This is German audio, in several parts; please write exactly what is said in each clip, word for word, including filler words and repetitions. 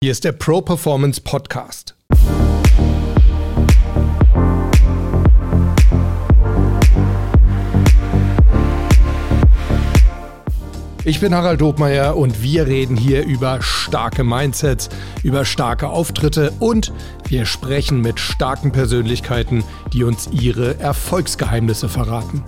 Hier ist der Pro Performance Podcast. Ich bin Harald Dobmeier und wir reden hier über starke Mindsets, über starke Auftritte und wir sprechen mit starken Persönlichkeiten, die uns ihre Erfolgsgeheimnisse verraten.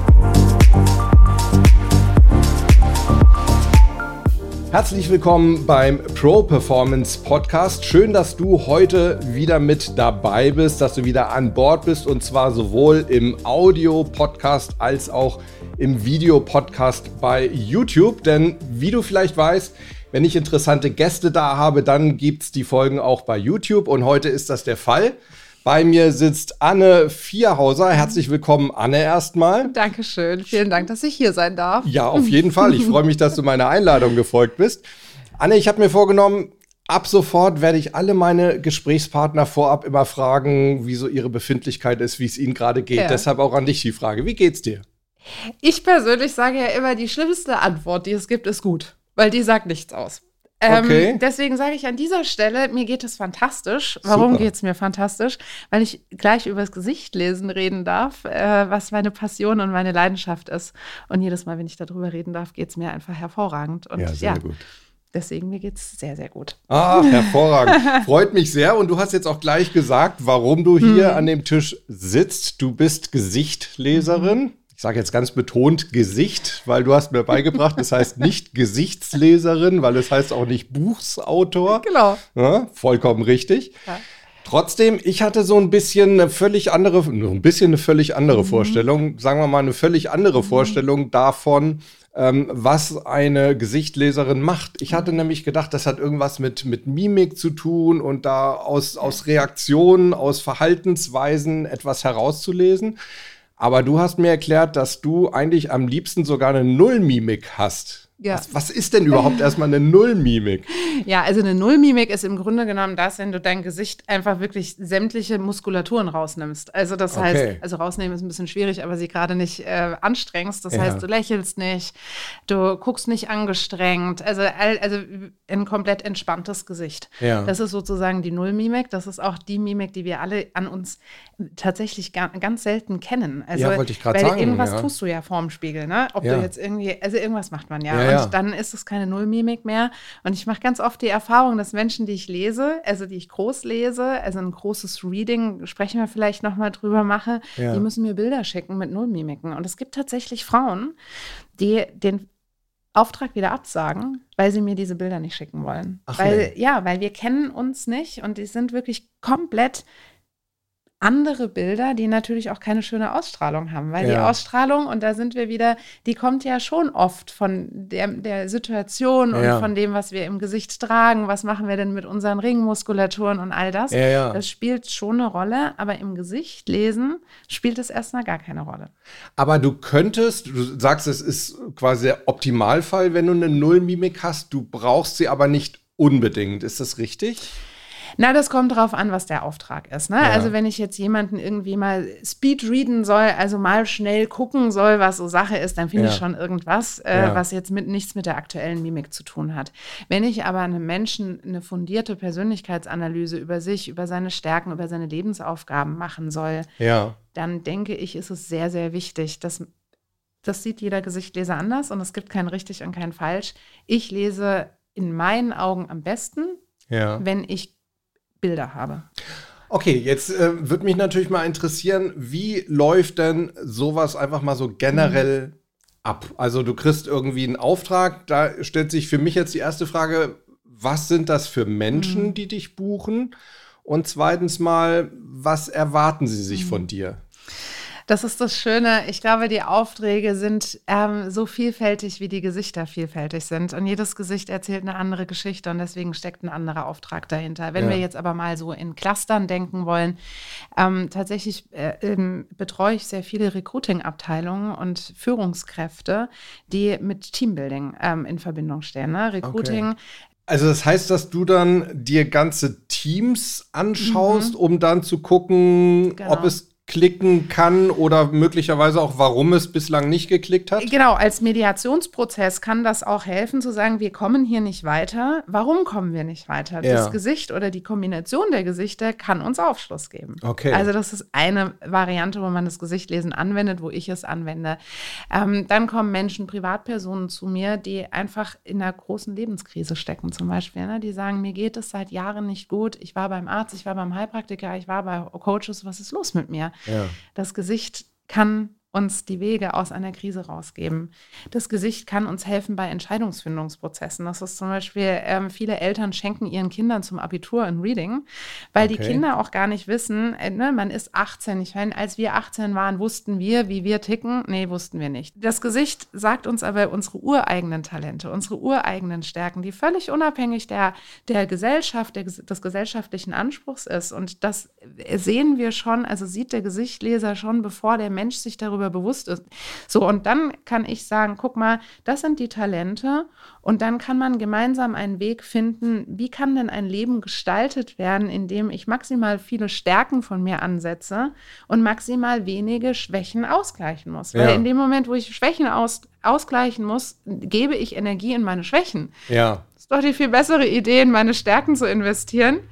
Herzlich willkommen beim Pro Performance Podcast. Schön, dass du heute wieder mit dabei bist, dass du wieder an Bord bist und zwar sowohl im Audio-Podcast als auch im Video-Podcast bei YouTube. Denn wie du vielleicht weißt, wenn ich interessante Gäste da habe, dann gibt es die Folgen auch bei YouTube und heute ist das der Fall. Bei mir sitzt Anne Vierhauser. Herzlich willkommen, Anne, erstmal. Dankeschön. Vielen Dank, dass ich hier sein darf. Ja, auf jeden Fall. Ich freue mich, dass du meiner Einladung gefolgt bist. Anne, ich habe mir vorgenommen, ab sofort werde ich alle meine Gesprächspartner vorab immer fragen, wie so ihre Befindlichkeit ist, wie es ihnen gerade geht. Ja. Deshalb auch an dich die Frage. Wie geht's dir? Ich persönlich sage ja immer, die schlimmste Antwort, die es gibt, ist gut. Weil die sagt nichts aus. Ähm, okay. Deswegen sage ich an dieser Stelle, mir geht es fantastisch. Warum geht es mir fantastisch? Weil ich gleich über das Gesicht lesen reden darf, äh, was meine Passion und meine Leidenschaft ist. Und jedes Mal, wenn ich darüber reden darf, geht es mir einfach hervorragend. Und ja, sehr ja, gut. Deswegen, mir geht es sehr, sehr gut. Ah, hervorragend. Freut mich sehr. Und du hast jetzt auch gleich gesagt, warum du hier hm. an dem Tisch sitzt. Du bist Gesichtleserin. Mhm. Ich sage jetzt ganz betont Gesicht, weil du hast mir beigebracht, das heißt nicht Gesichtsleserin, weil es heißt auch nicht Buchsautor. Genau. Ja, vollkommen richtig. Ja. Trotzdem, ich hatte so ein bisschen eine völlig andere, ein bisschen eine völlig andere mhm. Vorstellung, sagen wir mal eine völlig andere mhm. Vorstellung davon, ähm, was eine Gesichtleserin macht. Ich hatte nämlich gedacht, das hat irgendwas mit, mit Mimik zu tun und da aus, aus Reaktionen, aus Verhaltensweisen etwas herauszulesen. Aber du hast mir erklärt, dass du eigentlich am liebsten sogar eine Nullmimik hast. Ja. Was, was ist denn überhaupt erstmal eine Nullmimik? Ja, also eine Nullmimik ist im Grunde genommen das, wenn du dein Gesicht einfach wirklich sämtliche Muskulaturen rausnimmst. Also das okay. heißt, also rausnehmen ist ein bisschen schwierig, aber sie gerade nicht äh, anstrengst. Das ja. heißt, du lächelst nicht, du guckst nicht angestrengt. Also, also ein komplett entspanntes Gesicht. Ja. Das ist sozusagen die Nullmimik. Das ist auch die Mimik, die wir alle an uns tatsächlich ga, ganz selten kennen. Also, ja, wollte ich gerade sagen. Weil irgendwas ja. tust du ja vorm Spiegel, ne? Ob ja. du jetzt irgendwie, also irgendwas macht man ja. ja. Ja. Und dann ist es keine Nullmimik mehr. Und ich mache ganz oft die Erfahrung, dass Menschen, die ich lese, also die ich groß lese, also ein großes Reading, sprechen wir vielleicht nochmal drüber mache, ja. die müssen mir Bilder schicken mit Nullmimiken. Und es gibt tatsächlich Frauen, die den Auftrag wieder absagen, weil sie mir diese Bilder nicht schicken wollen. Ach, weil, nee. Ja, weil wir kennen uns nicht und die sind wirklich komplett andere Bilder, die natürlich auch keine schöne Ausstrahlung haben, weil ja. die Ausstrahlung, und da sind wir wieder, die kommt ja schon oft von der, der Situation und ja. von dem, was wir im Gesicht tragen, was machen wir denn mit unseren Ringmuskulaturen und all das. Ja, ja. Das spielt schon eine Rolle, aber im Gesicht lesen spielt es erstmal gar keine Rolle. Aber du könntest, du sagst, es ist quasi der Optimalfall, wenn du eine Nullmimik hast, du brauchst sie aber nicht unbedingt. Ist das richtig? Na, das kommt drauf an, was der Auftrag ist. Ne? Ja. Also wenn ich jetzt jemanden irgendwie mal speedreaden soll, also mal schnell gucken soll, was so Sache ist, dann finde ja. ich schon irgendwas, äh, ja. was jetzt mit, nichts mit der aktuellen Mimik zu tun hat. Wenn ich aber einem Menschen eine fundierte Persönlichkeitsanalyse über sich, über seine Stärken, über seine Lebensaufgaben machen soll, ja. dann denke ich, ist es sehr, sehr wichtig, dass das sieht jeder Gesichtleser anders und es gibt kein richtig und kein falsch. Ich lese in meinen Augen am besten, ja. wenn ich Bilder habe. Okay, jetzt äh, würde mich natürlich mal interessieren, wie läuft denn sowas einfach mal so generell mhm. ab? Also du kriegst irgendwie einen Auftrag, da stellt sich für mich jetzt die erste Frage, was sind das für Menschen, mhm. die dich buchen? Und zweitens mal, was erwarten sie sich mhm. von dir? Das ist das Schöne. Ich glaube, die Aufträge sind ähm, so vielfältig, wie die Gesichter vielfältig sind. Und jedes Gesicht erzählt eine andere Geschichte und deswegen steckt ein anderer Auftrag dahinter. Wenn ja. wir jetzt aber mal so in Clustern denken wollen, ähm, tatsächlich äh, ähm, betreue ich sehr viele Recruiting-Abteilungen und Führungskräfte, die mit Teambuilding ähm, in Verbindung stehen. Ne? Recruiting. Okay. Also das heißt, dass du dann dir ganze Teams anschaust, mhm. um dann zu gucken, genau. ob es klicken kann oder möglicherweise auch, warum es bislang nicht geklickt hat? Genau, als Mediationsprozess kann das auch helfen, zu sagen, wir kommen hier nicht weiter. Warum kommen wir nicht weiter? Ja. Das Gesicht oder die Kombination der Gesichter kann uns Aufschluss geben. Okay. Also das ist eine Variante, wo man das Gesichtlesen anwendet, wo ich es anwende. Ähm, dann kommen Menschen, Privatpersonen zu mir, die einfach in einer großen Lebenskrise stecken zum Beispiel. Ne? Die sagen, mir geht es seit Jahren nicht gut. Ich war beim Arzt, ich war beim Heilpraktiker, ich war bei Coaches. Was ist los mit mir? Ja. Das Gesicht kann uns die Wege aus einer Krise rausgeben. Das Gesicht kann uns helfen bei Entscheidungsfindungsprozessen. Das ist zum Beispiel, ähm, viele Eltern schenken ihren Kindern zum Abitur ein Reading, weil okay. die Kinder auch gar nicht wissen, äh, ne, man ist achtzehn. Ich meine, als wir achtzehn waren, wussten wir, wie wir ticken. Nee, wussten wir nicht. Das Gesicht sagt uns aber unsere ureigenen Talente, unsere ureigenen Stärken, die völlig unabhängig der, der Gesellschaft, der, des gesellschaftlichen Anspruchs ist. Und das sehen wir schon, also sieht der Gesichtleser schon, bevor der Mensch sich darüber bewusst ist. So, und dann kann ich sagen, guck mal, das sind die Talente und dann kann man gemeinsam einen Weg finden, wie kann denn ein Leben gestaltet werden, in dem ich maximal viele Stärken von mir ansetze und maximal wenige Schwächen ausgleichen muss. Ja. Weil in dem Moment, wo ich Schwächen aus, ausgleichen muss, gebe ich Energie in meine Schwächen. Ja. Das ist doch die viel bessere Idee, in meine Stärken zu investieren.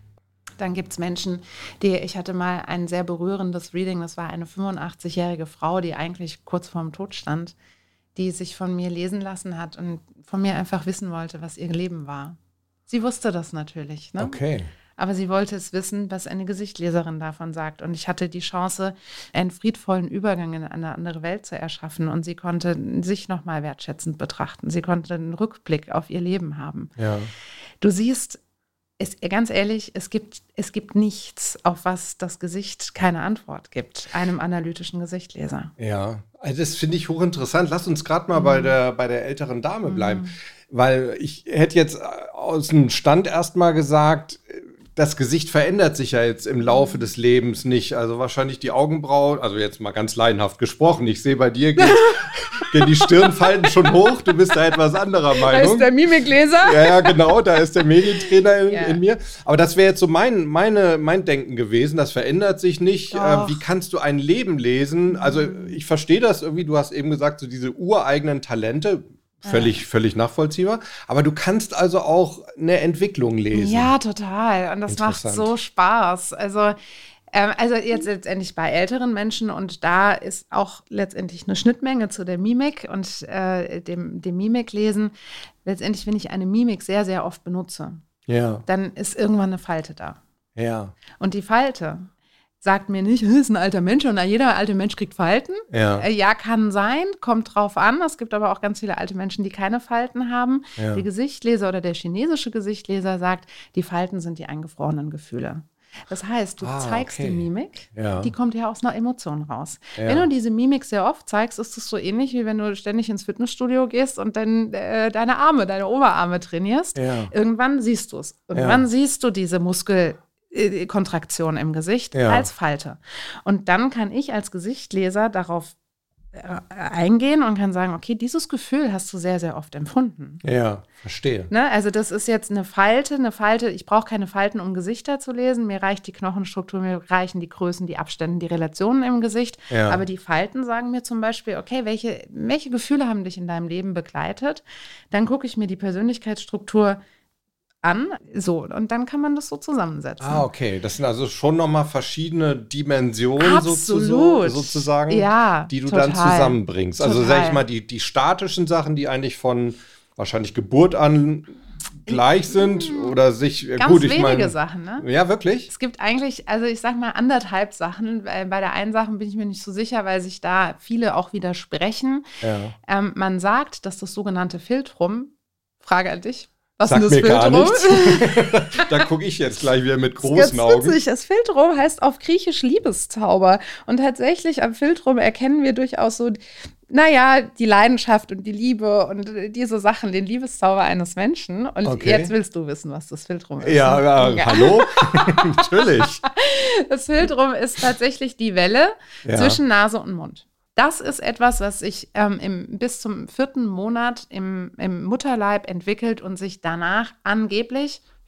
Dann gibt es Menschen, die, ich hatte mal ein sehr berührendes Reading, das war eine fünfundachtzig-jährige Frau, die eigentlich kurz vorm Tod stand, die sich von mir lesen lassen hat und von mir einfach wissen wollte, was ihr Leben war. Sie wusste das natürlich, ne? Okay. Aber sie wollte es wissen, was eine Gesichtleserin davon sagt. Und ich hatte die Chance, einen friedvollen Übergang in eine andere Welt zu erschaffen. Und sie konnte sich nochmal wertschätzend betrachten. Sie konnte einen Rückblick auf ihr Leben haben. Ja. Du siehst, Es, ganz ehrlich, es gibt, es gibt nichts, auf was das Gesicht keine Antwort gibt, einem analytischen Gesichtleser. Ja, also das finde ich hochinteressant. Lass uns gerade mal mhm. bei der, bei der älteren Dame bleiben. Mhm. Weil ich hätte jetzt aus dem Stand erstmal gesagt, das Gesicht verändert sich ja jetzt im Laufe des Lebens nicht. Also wahrscheinlich die Augenbrauen, also jetzt mal ganz laienhaft gesprochen. Ich sehe bei dir, gehen, gehen die Stirnfalten schon hoch. Du bist da etwas anderer Meinung. Da ist der Mimikleser. Ja, ja, genau, da ist der Medientrainer in, ja. in mir. Aber das wäre jetzt so mein, meine, mein Denken gewesen. Das verändert sich nicht. Äh, wie kannst du ein Leben lesen? Also ich verstehe das irgendwie. Du hast eben gesagt, so diese ureigenen Talente. Völlig, ja. völlig nachvollziehbar. Aber du kannst also auch eine Entwicklung lesen. Ja, total. Und das macht so Spaß. Also, ähm, also jetzt letztendlich bei älteren Menschen und da ist auch letztendlich eine Schnittmenge zu der Mimik und äh, dem, dem Mimiklesen. Letztendlich, wenn ich eine Mimik sehr, sehr oft benutze, ja. dann ist irgendwann eine Falte da. Ja. Und die Falte sagt mir nicht, das ist ein alter Mensch und jeder alte Mensch kriegt Falten. Ja. Äh, ja, kann sein, kommt drauf an. Es gibt aber auch ganz viele alte Menschen, die keine Falten haben. Ja. Der Gesichtleser oder der chinesische Gesichtleser sagt, die Falten sind die eingefrorenen Gefühle. Das heißt, du ah, zeigst okay. die Mimik, ja. die kommt ja aus einer Emotion raus. Ja. Wenn du diese Mimik sehr oft zeigst, ist es so ähnlich, wie wenn du ständig ins Fitnessstudio gehst und dann äh, deine Arme, deine Oberarme trainierst. Ja. Irgendwann siehst du es. Irgendwann ja. siehst du diese Muskel Kontraktion im Gesicht ja. als Falte. Und dann kann ich als Gesichtleser darauf äh, eingehen und kann sagen, okay, dieses Gefühl hast du sehr, sehr oft empfunden. Ja, verstehe. Ne? Also das ist jetzt eine Falte, eine Falte, ich brauche keine Falten, um Gesichter zu lesen. Mir reicht die Knochenstruktur, mir reichen die Größen, die Abstände, die Relationen im Gesicht. Ja. Aber die Falten sagen mir zum Beispiel, okay, welche, welche Gefühle haben dich in deinem Leben begleitet? Dann gucke ich mir die Persönlichkeitsstruktur an, so, und dann kann man das so zusammensetzen. Ah, okay. Das sind also schon nochmal verschiedene Dimensionen Absolut. sozusagen, ja, die du total. dann zusammenbringst. Also total. sag ich mal, die, die statischen Sachen, die eigentlich von wahrscheinlich Geburt an gleich sind oder sich Ganz gut, ich wenige mein, Sachen, ne? Ja, wirklich? Es gibt eigentlich, also ich sag mal anderthalb Sachen. Bei der einen Sache bin ich mir nicht so sicher, weil sich da viele auch widersprechen. Ja. Ähm, man sagt, dass das sogenannte Philtrum, Frage an dich, was Sagt ist das mir gar Philtrum? nichts. Da gucke ich jetzt gleich wieder mit großen das ist ganz Augen. Witzig. Das Philtrum heißt auf Griechisch Liebeszauber. Und tatsächlich am Philtrum erkennen wir durchaus so, naja, die Leidenschaft und die Liebe und diese Sachen, den Liebeszauber eines Menschen. Und okay. jetzt willst du wissen, was das Philtrum ist. Ja, ja, ja. Hallo? Natürlich. Das Philtrum ist tatsächlich die Welle ja. zwischen Nase und Mund. Das ist etwas, was sich ähm, im, bis zum vierten Monat im, im Mutterleib entwickelt und sich danach angeblich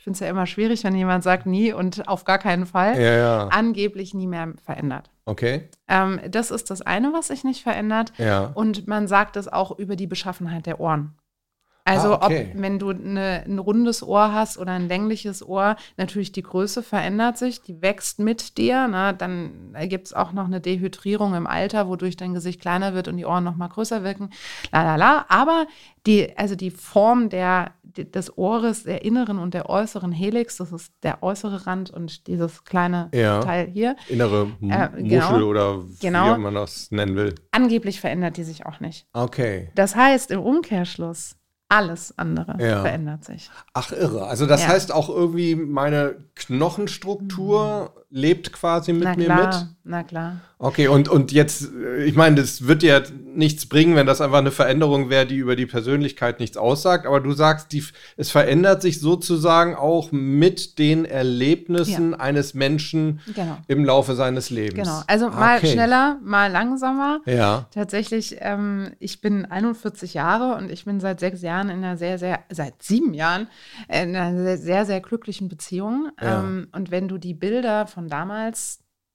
Ich finde es ja immer schwierig, wenn jemand sagt nie und auf gar keinen Fall. Ja, ja. Angeblich nie mehr verändert. Okay. Ähm, das ist das eine, was sich nicht verändert. Ja. Und man sagt es auch über die Beschaffenheit der Ohren. Also ah, okay. ob, wenn du eine, ein rundes Ohr hast oder ein längliches Ohr, natürlich die Größe verändert sich, die wächst mit dir. Ne? Dann gibt es auch noch eine Dehydrierung im Alter, wodurch dein Gesicht kleiner wird und die Ohren noch mal größer wirken. La, la, la. Aber die, also die Form der, des Ohres, der inneren und der äußeren Helix, das ist der äußere Rand und dieses kleine ja. Teil hier. Innere M- äh, Muschel genau, oder genau. wie man das nennen will. Angeblich verändert die sich auch nicht. Okay. Das heißt, im Umkehrschluss, alles andere ja. verändert sich. Ach, irre. Also das ja. heißt auch irgendwie, meine Knochenstruktur mhm. lebt quasi mit na mir klar, mit? Na klar. Okay, und, und jetzt, ich meine, das wird dir nichts bringen, wenn das einfach eine Veränderung wäre, die über die Persönlichkeit nichts aussagt. Aber du sagst, die, es verändert sich sozusagen auch mit den Erlebnissen ja. eines Menschen genau. im Laufe seines Lebens. Genau, also mal okay. schneller, mal langsamer. Ja. Tatsächlich, ähm, ich bin einundvierzig Jahre und ich bin seit sechs Jahren in einer sehr, sehr, seit sieben Jahren in einer sehr, sehr, sehr glücklichen Beziehung. Ja. Ähm, und wenn du die Bilder von damals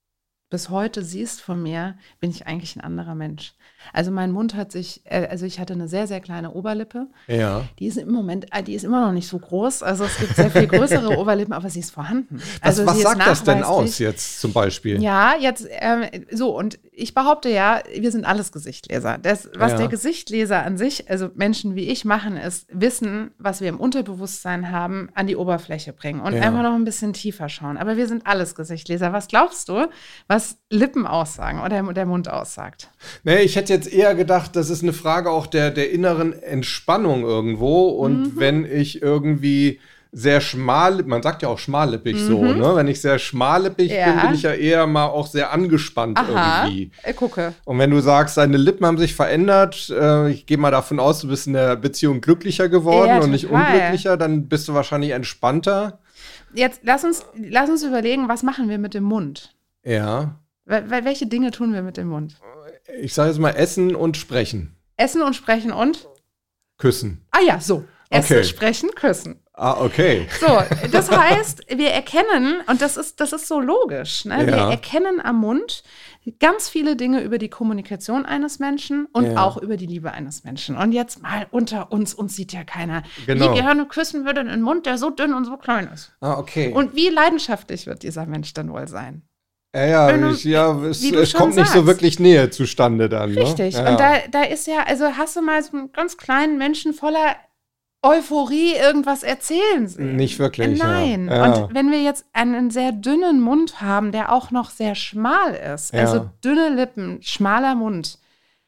bis heute siehst von mir, bin ich eigentlich ein anderer Mensch. Also mein Mund hat sich, äh, also ich hatte eine sehr, sehr kleine Oberlippe. Ja. Die ist im Moment, äh, die ist immer noch nicht so groß. Also es gibt sehr viel größere Oberlippen, aber sie ist vorhanden. Was, also was sie sagt ist das denn aus jetzt zum Beispiel? Ja, jetzt ähm, so und ich behaupte ja, wir sind alles Gesichtleser. Das, was ja. der Gesichtleser an sich, also Menschen wie ich machen, ist wissen, was wir im Unterbewusstsein haben, an die Oberfläche bringen und ja. einfach noch ein bisschen tiefer schauen. Aber wir sind alles Gesichtleser. Was glaubst du, was Lippen aussagen oder der Mund aussagt? Nee, ich hätte jetzt eher gedacht, das ist eine Frage auch der, der inneren Entspannung irgendwo. Und mhm. wenn ich irgendwie sehr schmal, man sagt ja auch schmallippig mhm. so, ne? Wenn ich sehr schmallippig ja. bin, bin ich ja eher mal auch sehr angespannt Aha. irgendwie. Ich gucke. Und wenn du sagst, deine Lippen haben sich verändert, äh, ich gehe mal davon aus, du bist in der Beziehung glücklicher geworden ja, und nicht unglücklicher, dann bist du wahrscheinlich entspannter. Jetzt lass uns, lass uns überlegen, was machen wir mit dem Mund? Ja. Weil, weil welche Dinge tun wir mit dem Mund? Ich sage jetzt mal essen und sprechen. Essen und sprechen und? Küssen. Ah ja, so. Essen, okay. Sprechen, küssen. Ah, okay. So, das heißt, wir erkennen, und das ist, das ist so logisch, ne? Ja. Wir erkennen am Mund ganz viele Dinge über die Kommunikation eines Menschen und ja. auch über die Liebe eines Menschen. Und jetzt mal unter uns, uns sieht ja keiner. Genau. Wie gerne küssen würde einen Mund, der so dünn und so klein ist. Ah, okay. Und wie leidenschaftlich wird dieser Mensch dann wohl sein? Ja, ja, du, ich, ja es, es kommt sagst. nicht so wirklich Nähe zustande dann. Richtig. Ne? Ja. Und da, da ist ja, also hast du mal so einen ganz kleinen Menschen voller Euphorie irgendwas erzählen sehen? Nicht wirklich. Nein. Ja. Ja. Und wenn wir jetzt einen sehr dünnen Mund haben, der auch noch sehr schmal ist, ja. also dünne Lippen, schmaler Mund,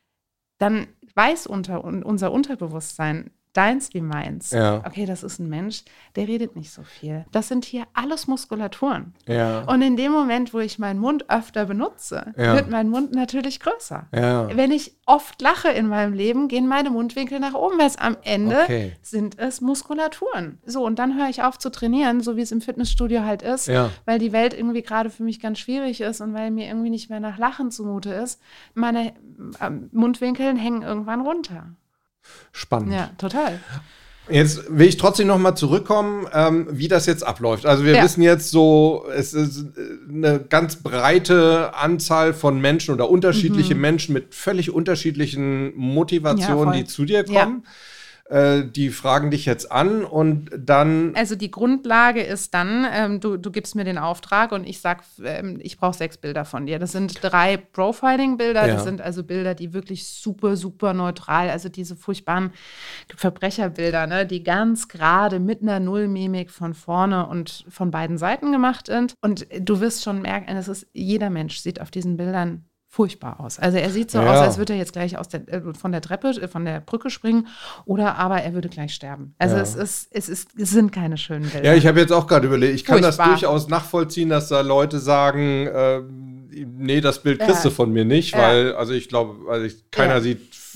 dann weiß unter, unser Unterbewusstsein, deins wie meins, ja. okay, das ist ein Mensch, der redet nicht so viel. Das sind hier alles Muskulaturen. Ja. Und in dem Moment, wo ich meinen Mund öfter benutze, ja. wird mein Mund natürlich größer. Ja. Wenn ich oft lache in meinem Leben, gehen meine Mundwinkel nach oben, weil es am Ende okay. sind es Muskulaturen. So, und dann höre ich auf zu trainieren, so wie es im Fitnessstudio halt ist, ja. weil die Welt irgendwie gerade für mich ganz schwierig ist und weil mir irgendwie nicht mehr nach Lachen zumute ist. Meine äh, Mundwinkel hängen irgendwann runter. Spannend. Ja, total. Jetzt will ich trotzdem noch mal zurückkommen, ähm, wie das jetzt abläuft. Also wir ja. wissen jetzt so, es ist eine ganz breite Anzahl von Menschen oder unterschiedliche mhm. Menschen mit völlig unterschiedlichen Motivationen, ja, die zu dir kommen. Ja. Die fragen dich jetzt an und dann. Also die Grundlage ist dann, ähm, du, du gibst mir den Auftrag und ich sag, ähm, ich brauche sechs Bilder von dir. Das sind drei Profiling-Bilder, ja. das sind also Bilder, die wirklich super, super neutral, also diese furchtbaren Verbrecherbilder, ne, die ganz gerade mit einer Nullmimik von vorne und von beiden Seiten gemacht sind. Und du wirst schon merken, es ist, jeder Mensch sieht auf diesen Bildern furchtbar aus. Also er sieht so ja. aus, als würde er jetzt gleich aus der, von der Treppe, von der Brücke springen oder aber er würde gleich sterben. Also ja. es, ist, es, ist, es sind keine schönen Bilder. Ja, ich habe jetzt auch gerade überlegt, ich kann furchtbar. das durchaus nachvollziehen, dass da Leute sagen, äh, nee, das Bild kriegst ja. du von mir nicht, ja. weil, also ich glaube, also ich, keiner ja. sieht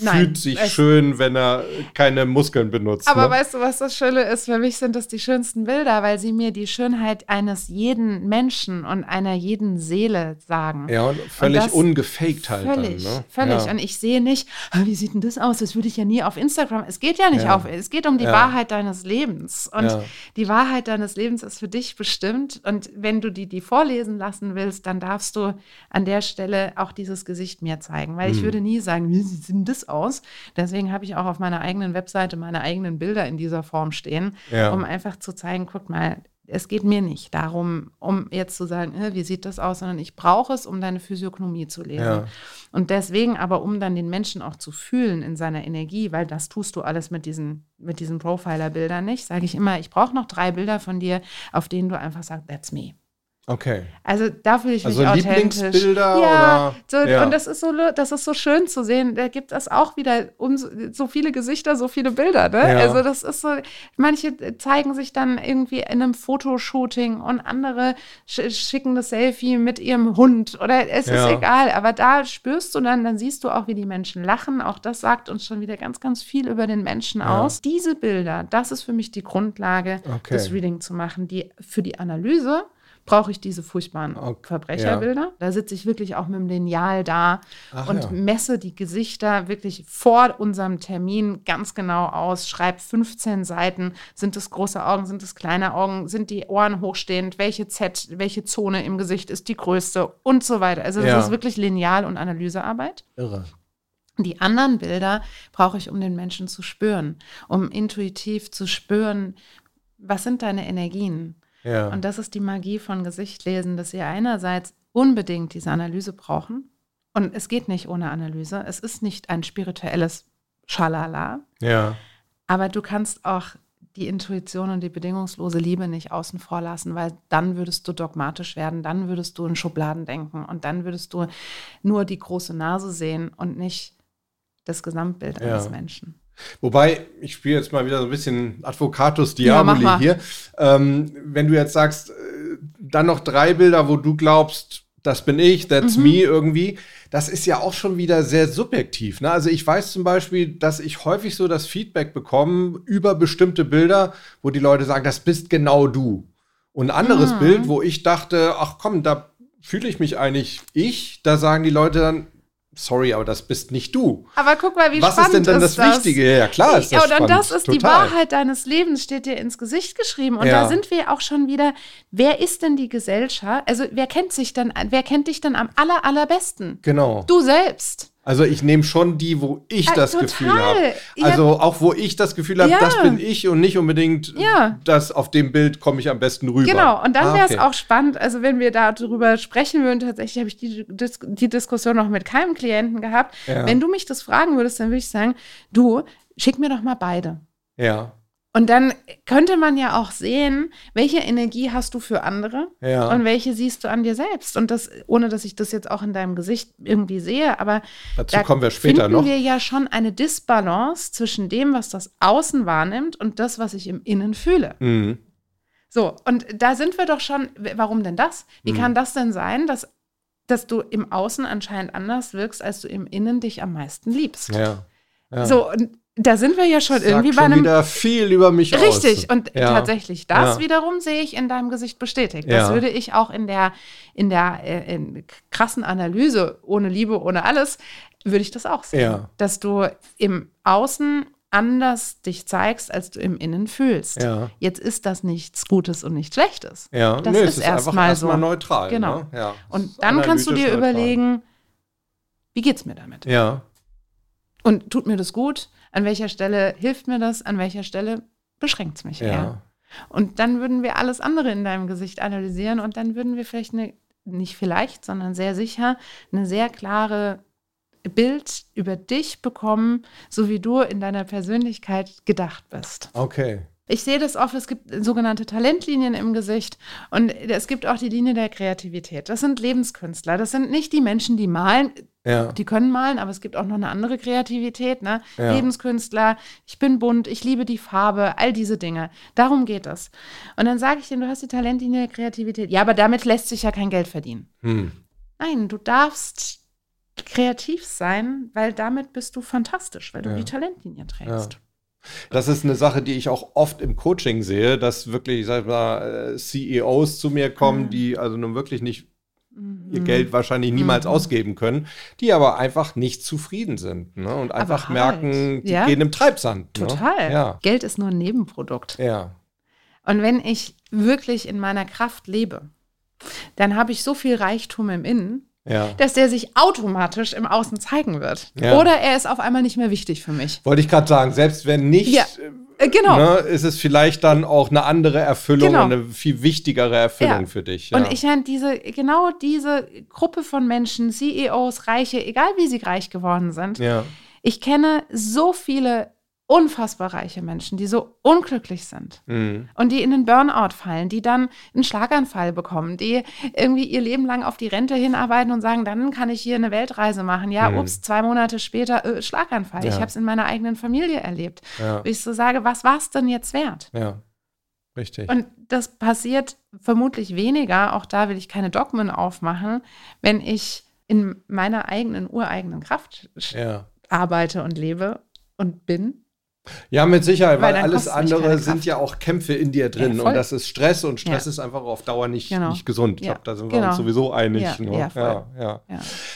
Nein, fühlt sich schön, wenn er keine Muskeln benutzt. Aber ne? weißt du, was das Schöne ist? Für mich sind das die schönsten Bilder, weil sie mir die Schönheit eines jeden Menschen und einer jeden Seele sagen. Ja, und völlig und ungefaked halt völlig, dann. Ne? Völlig. Ja. Und ich sehe nicht, wie sieht denn das aus? Das würde ich ja nie auf Instagram. Es geht ja nicht ja. auf, es geht um die ja. Wahrheit deines Lebens. Und ja. die Wahrheit deines Lebens ist für dich bestimmt. Und wenn du die, die vorlesen lassen willst, dann darfst du an der Stelle auch dieses Gesicht mir zeigen. Weil hm. ich würde nie sagen, wie sieht denn das aus? Deswegen habe ich auch auf meiner eigenen Webseite meine eigenen Bilder in dieser Form stehen, ja. um einfach zu zeigen, guck mal, es geht mir nicht darum, um jetzt zu sagen, wie sieht das aus, sondern ich brauche es, um deine Physiognomie zu lesen. Ja. Und deswegen aber, um dann den Menschen auch zu fühlen in seiner Energie, weil das tust du alles mit diesen, mit diesen Profiler-Bildern nicht, sage ich immer, ich brauche noch drei Bilder von dir, auf denen du einfach sagst, that's me. Okay. Also da fühle ich mich also authentisch. Lieblingsbilder ja, oder? So, ja, und das ist so, das ist so schön zu sehen. Da gibt es auch wieder um so, so viele Gesichter, so viele Bilder. Ne? Ja. Also das ist so. Manche zeigen sich dann irgendwie in einem Fotoshooting und andere sch- schicken das Selfie mit ihrem Hund oder es ja. ist egal. Aber da spürst du dann, dann siehst du auch, wie die Menschen lachen. Auch das sagt uns schon wieder ganz, ganz viel über den Menschen ja. aus. Diese Bilder, das ist für mich die Grundlage, okay. das Reading zu machen. Die für die Analyse brauche ich diese furchtbaren okay, Verbrecherbilder. Ja. Da sitze ich wirklich auch mit dem Lineal da Ach, und ja. messe die Gesichter wirklich vor unserem Termin ganz genau aus, schreibe fünfzehn Seiten. Sind es große Augen, sind es kleine Augen, sind die Ohren hochstehend, welche Z, welche Zone im Gesicht ist die größte und so weiter. Also das ja. ist wirklich Lineal- und Analysearbeit. Irre. Die anderen Bilder brauche ich, um den Menschen zu spüren, um intuitiv zu spüren, was sind deine Energien? Ja. Und das ist die Magie von Gesichtlesen, dass wir einerseits unbedingt diese Analyse brauchen. Und es geht nicht ohne Analyse. Es ist nicht ein spirituelles Schalala. Ja. Aber du kannst auch die Intuition und die bedingungslose Liebe nicht außen vor lassen, weil dann würdest du dogmatisch werden, dann würdest du in Schubladen denken und dann würdest du nur die große Nase sehen und nicht das Gesamtbild ja. eines Menschen. Wobei, ich spiele jetzt mal wieder so ein bisschen Advocatus Diaboli ja, hier. Ähm, wenn du jetzt sagst, äh, dann noch drei Bilder, wo du glaubst, das bin ich, that's mhm. me irgendwie, das ist ja auch schon wieder sehr subjektiv. Ne? Also ich weiß zum Beispiel, dass ich häufig so das Feedback bekomme über bestimmte Bilder, wo die Leute sagen, das bist genau du. Und ein anderes mhm. Bild, wo ich dachte, ach komm, da fühle ich mich eigentlich ich, da sagen die Leute dann, sorry, aber das bist nicht du. Aber guck mal, wie Was spannend ist das. Was ist denn dann das, das Wichtige? Ja, klar ist das ja, spannend. Und das ist Total. Die Wahrheit deines Lebens, steht dir ins Gesicht geschrieben. Und ja. da sind wir auch schon wieder, wer ist denn die Gesellschaft? Also wer kennt sich denn, wer kennt dich denn am aller, allerbesten? Genau. Du selbst. Also ich nehme schon die, wo ich ja, das total. Gefühl habe. Also ja. auch wo ich das Gefühl habe, ja. das bin ich und nicht unbedingt, ja. das auf dem Bild komme ich am besten rüber. Genau, und dann ah, wäre es okay. auch spannend, also wenn wir darüber sprechen würden, tatsächlich habe ich die, Dis- die Diskussion noch mit keinem Klienten gehabt. Ja. Wenn du mich das fragen würdest, dann würde ich sagen, du, schick mir doch mal beide. Ja. Und dann könnte man ja auch sehen, welche Energie hast du für andere ja. und welche siehst du an dir selbst. Und das, ohne dass ich das jetzt auch in deinem Gesicht irgendwie sehe, aber dazu da kommen wir später finden noch. wir ja schon eine Disbalance zwischen dem, was das Außen wahrnimmt und das, was ich im Innen fühle. Mhm. So, und da sind wir doch schon, warum denn das? Wie mhm. kann das denn sein, dass, dass du im Außen anscheinend anders wirkst, als du im Innen dich am meisten liebst? Ja. ja. So, und da sind wir ja schon Sagt irgendwie bei schon einem. wieder viel über mich Richtig. aus. Richtig. Und ja. tatsächlich, das ja. wiederum sehe ich in deinem Gesicht bestätigt. Ja. Das würde ich auch in der, in der äh, in krassen Analyse, ohne Liebe, ohne alles, würde ich das auch sehen. Ja. Dass du im Außen anders dich zeigst, als du im Innen fühlst. Ja. Jetzt ist das nichts Gutes und nichts Schlechtes. Ja. Das nee, ist, ist erstmal erst so. neutral. Genau. Ne? Ja. Und dann kannst du dir neutral. überlegen, wie geht's mir damit? Ja. Und tut mir das gut? An welcher Stelle hilft mir das? An welcher Stelle beschränkt es mich ja. eher? Und dann würden wir alles andere in deinem Gesicht analysieren und dann würden wir vielleicht eine, nicht vielleicht, sondern sehr sicher, eine sehr klare Bild über dich bekommen, so wie du in deiner Persönlichkeit gedacht bist. Okay. Ich sehe das oft, es gibt sogenannte Talentlinien im Gesicht und es gibt auch die Linie der Kreativität. Das sind Lebenskünstler, das sind nicht die Menschen, die malen, ja. die können malen, aber es gibt auch noch eine andere Kreativität, ne? Ja. Lebenskünstler, ich bin bunt, ich liebe die Farbe, all diese Dinge. Darum geht es. Und dann sage ich denen, du hast die Talentlinie der Kreativität. Ja, aber damit lässt sich ja kein Geld verdienen. Hm. Nein, du darfst kreativ sein, weil damit bist du fantastisch, weil du ja. die Talentlinie trägst. Ja. Das ist eine Sache, die ich auch oft im Coaching sehe, dass wirklich, sag ich mal, C E Os zu mir kommen, mhm. die also nun wirklich nicht mhm. ihr Geld wahrscheinlich niemals mhm. ausgeben können, die aber einfach nicht zufrieden sind, ne? Und einfach halt. merken, die ja? gehen im Treibsand. Total. Ne? Ja. Geld ist nur ein Nebenprodukt. Ja. Und wenn ich wirklich in meiner Kraft lebe, dann habe ich so viel Reichtum im Innen, ja. dass der sich automatisch im Außen zeigen wird. Ja. Oder er ist auf einmal nicht mehr wichtig für mich. Wollte ich gerade sagen, selbst wenn nicht, ja. äh, genau. ne, ist es vielleicht dann auch eine andere Erfüllung, genau. eine viel wichtigere Erfüllung ja. für dich. Ja. Und ich meine, diese, genau diese Gruppe von Menschen, C E Os, Reiche, egal wie sie reich geworden sind, ja. ich kenne so viele unfassbar reiche Menschen, die so unglücklich sind mhm. und die in den Burnout fallen, die dann einen Schlaganfall bekommen, die irgendwie ihr Leben lang auf die Rente hinarbeiten und sagen, dann kann ich hier eine Weltreise machen. Ja, mhm. ups, zwei Monate später äh, Schlaganfall. Ja. Ich habe es in meiner eigenen Familie erlebt. Ja. Wie ich so sage, was war es denn jetzt wert? Ja, richtig. Und das passiert vermutlich weniger, auch da will ich keine Dogmen aufmachen, wenn ich in meiner eigenen, ureigenen Kraft ja. arbeite und lebe und bin. Ja, mit Sicherheit, weil, weil alles andere sind ja auch Kämpfe in dir drin ja, und das ist Stress und Stress ja. ist einfach auf Dauer nicht, genau. nicht gesund. Ich ja. glaube, da sind wir genau. uns sowieso einig. Ja, ne? ja, ja, ja. ja.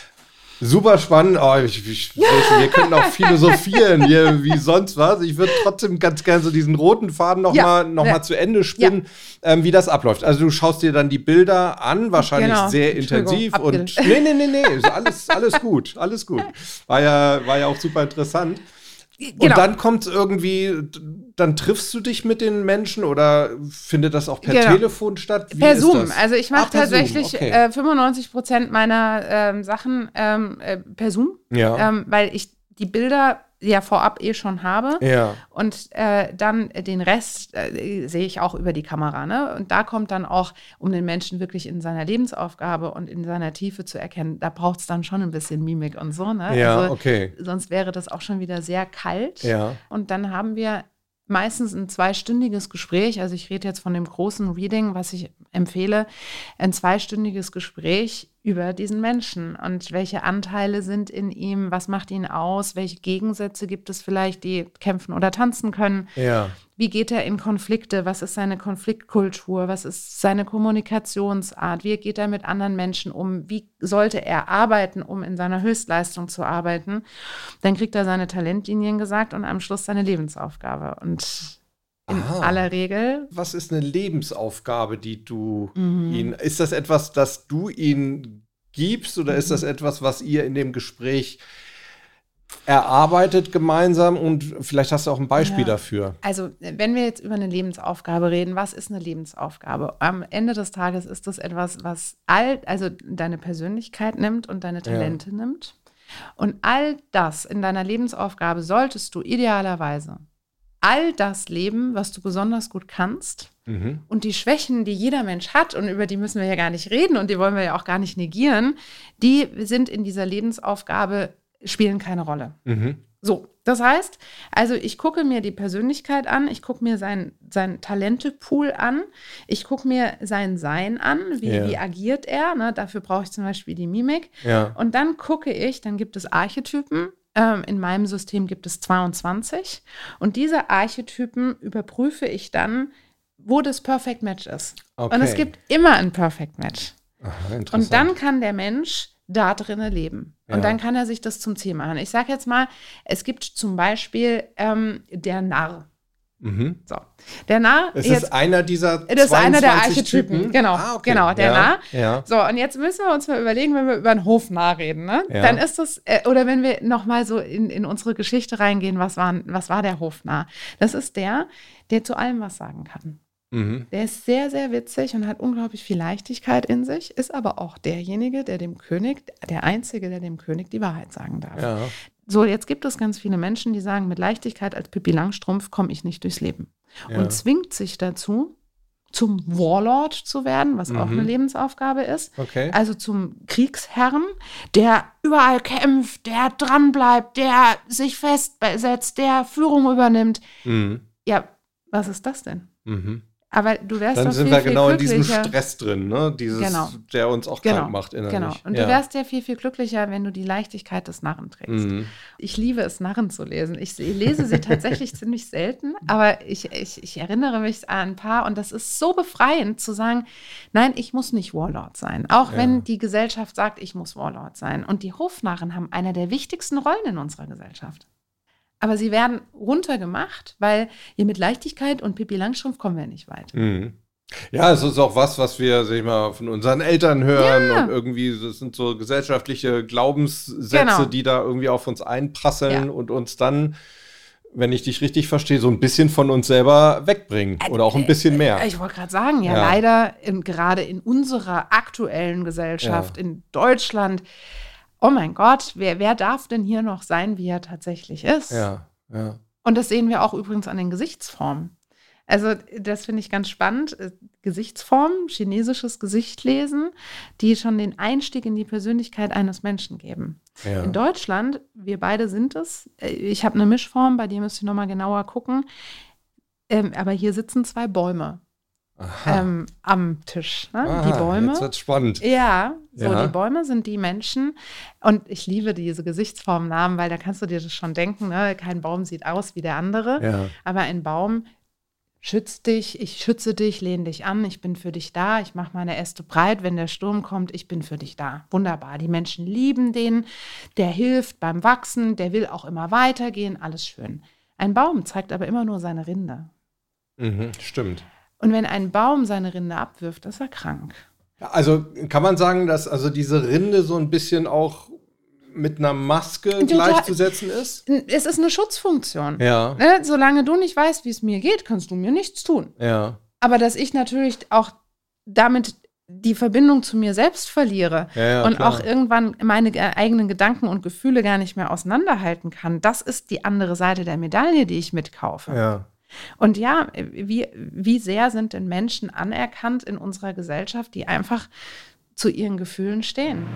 Super spannend. Oh, ich, ich, wir können auch philosophieren hier wie sonst was. Ich würde trotzdem ganz gerne so diesen roten Faden noch, ja. mal, noch ja. mal zu Ende spinnen, ja. ähm, wie das abläuft. Also du schaust dir dann die Bilder an, wahrscheinlich genau. sehr intensiv. Und nee, nee, nee, nee, ist alles, alles gut, alles gut. War ja, war ja auch super interessant. Genau. Und dann kommt es irgendwie, dann triffst du dich mit den Menschen oder findet das auch per genau. Telefon statt? Wie per ist Zoom. das? Also ich mache ah, tatsächlich okay. äh, fünfundneunzig Prozent meiner ähm, Sachen ähm, äh, per Zoom, ja. ähm, weil ich die Bilder ja vorab eh schon habe. Ja. Und äh, dann den Rest äh, sehe ich auch über die Kamera. Ne? Und da kommt dann auch, um den Menschen wirklich in seiner Lebensaufgabe und in seiner Tiefe zu erkennen, da braucht es dann schon ein bisschen Mimik und so. Ne? Ja, also, okay. Sonst wäre das auch schon wieder sehr kalt. Ja. Und dann haben wir meistens ein zweistündiges Gespräch. Also ich rede jetzt von dem großen Reading, was ich empfehle. Ein zweistündiges Gespräch über diesen Menschen und welche Anteile sind in ihm, was macht ihn aus, welche Gegensätze gibt es vielleicht, die kämpfen oder tanzen können. Ja. Wie geht er in Konflikte? Was ist seine Konfliktkultur? Was ist seine Kommunikationsart? Wie geht er mit anderen Menschen um? Wie sollte er arbeiten, um in seiner Höchstleistung zu arbeiten? Dann kriegt er seine Talentlinien gesagt und am Schluss seine Lebensaufgabe. Und in Aha. aller Regel. Was ist eine Lebensaufgabe, die du mhm. ihn, ist das etwas, das du ihn gibst oder mhm. ist das etwas, was ihr in dem Gespräch erarbeitet gemeinsam und vielleicht hast du auch ein Beispiel ja. dafür. Also wenn wir jetzt über eine Lebensaufgabe reden, was ist eine Lebensaufgabe? Am Ende des Tages ist das etwas, was all, also deine Persönlichkeit nimmt und deine Talente ja. nimmt. Und all das in deiner Lebensaufgabe solltest du idealerweise all das leben, was du besonders gut kannst. Mhm. Und die Schwächen, die jeder Mensch hat, und über die müssen wir ja gar nicht reden und die wollen wir ja auch gar nicht negieren, die sind in dieser Lebensaufgabe, spielen keine Rolle. Mhm. So, das heißt, also ich gucke mir die Persönlichkeit an, ich gucke mir sein, sein Talentepool an, ich gucke mir sein Sein an, wie, ja. wie agiert er, ne? Dafür brauche ich zum Beispiel die Mimik. Ja. Und dann gucke ich, dann gibt es Archetypen. In meinem System gibt es zweiundzwanzig und diese Archetypen überprüfe ich dann, wo das Perfect Match ist. Okay. Und es gibt immer ein Perfect Match. Aha, und dann kann der Mensch da drinnen leben. Ja. Und dann kann er sich das zum Ziel machen. Ich sage jetzt mal, es gibt zum Beispiel ähm, der Narr. Mhm. So. Der Narr es jetzt, ist einer dieser das ist einer der Archetypen. Typen. Genau, ah, okay. genau, der ja, Narr. Ja. So, und jetzt müssen wir uns mal überlegen, wenn wir über einen Hofnarr reden, ne? Ja. Dann ist das, äh, oder wenn wir nochmal so in, in unsere Geschichte reingehen, was war, was war der Hofnarr? Das ist der, der zu allem was sagen kann. Mhm. Der ist sehr, sehr witzig und hat unglaublich viel Leichtigkeit in sich, ist aber auch derjenige, der dem König, der Einzige, der dem König die Wahrheit sagen darf. Ja. So, jetzt gibt es ganz viele Menschen, die sagen, mit Leichtigkeit als Pippi Langstrumpf komme ich nicht durchs Leben. Ja. Und zwingt sich dazu, zum Warlord zu werden, was mhm. auch eine Lebensaufgabe ist. Okay. Also zum Kriegsherrn, der überall kämpft, der dranbleibt, der sich festsetzt, der Führung übernimmt. Mhm. Ja, was ist das denn? Mhm. Aber du wärst Dann doch sind viel, wir genau viel in diesem glücklicher. Stress drin, ne? Dieses, genau. der uns auch genau. krank macht innerlich. Genau. Und ja. du wärst ja viel, viel glücklicher, wenn du die Leichtigkeit des Narren trägst. Mhm. Ich liebe es, Narren zu lesen. Ich lese sie tatsächlich ziemlich selten, aber ich, ich, ich erinnere mich an ein paar und das ist so befreiend zu sagen, nein, ich muss nicht Warlord sein. Auch Ja. wenn die Gesellschaft sagt, ich muss Warlord sein. Und die Hofnarren haben eine der wichtigsten Rollen in unserer Gesellschaft. Aber sie werden runtergemacht, weil hier mit Leichtigkeit und Pippi Langstrumpf kommen wir nicht weit. Mhm. Ja, es ist auch was, was wir, sag ich mal, von unseren Eltern hören Ja. und irgendwie, das sind so gesellschaftliche Glaubenssätze, Genau. die da irgendwie auf uns einprasseln Ja. und uns dann, wenn ich dich richtig verstehe, so ein bisschen von uns selber wegbringen oder auch ein bisschen mehr. Ich wollte gerade sagen, ja, Ja. leider in, gerade in unserer aktuellen Gesellschaft, Ja. in Deutschland, oh mein Gott, wer, wer darf denn hier noch sein, wie er tatsächlich ist? Ja, ja. Und das sehen wir auch übrigens an den Gesichtsformen. Also das finde ich ganz spannend. Gesichtsformen, chinesisches Gesicht lesen, die schon den Einstieg in die Persönlichkeit eines Menschen geben. Ja. In Deutschland, wir beide sind es. Ich habe eine Mischform, bei dir müsst ihr nochmal genauer gucken. Ähm, aber hier sitzen zwei Bäume ähm, am Tisch. Ne? Aha, die Bäume. Jetzt wird's spannend. Ja, so Ja. die Bäume sind die Menschen. Und ich liebe diese Gesichtsformnamen, weil da kannst du dir das schon denken, ne? Kein Baum sieht aus wie der andere. Ja. Aber ein Baum schützt dich, ich schütze dich, lehne dich an, ich bin für dich da, ich mache meine Äste breit, wenn der Sturm kommt, ich bin für dich da. Wunderbar, die Menschen lieben den, der hilft beim Wachsen, der will auch immer weitergehen, alles schön. Ein Baum zeigt aber immer nur seine Rinde. Mhm, stimmt. Und wenn ein Baum seine Rinde abwirft, ist er krank. Also kann man sagen, dass also diese Rinde so ein bisschen auch mit einer Maske Du, gleichzusetzen ist? Es ist eine Schutzfunktion. Ja, Ne? Solange du nicht weißt, wie es mir geht, kannst du mir nichts tun. ja. Aber dass ich natürlich auch damit die Verbindung zu mir selbst verliere Ja, ja, und klar. auch irgendwann meine ge- eigenen Gedanken und Gefühle gar nicht mehr auseinanderhalten kann, das ist die andere Seite der Medaille, die ich mitkaufe. Ja. Und ja, wie, wie sehr sind denn Menschen anerkannt in unserer Gesellschaft, die einfach zu ihren Gefühlen stehen?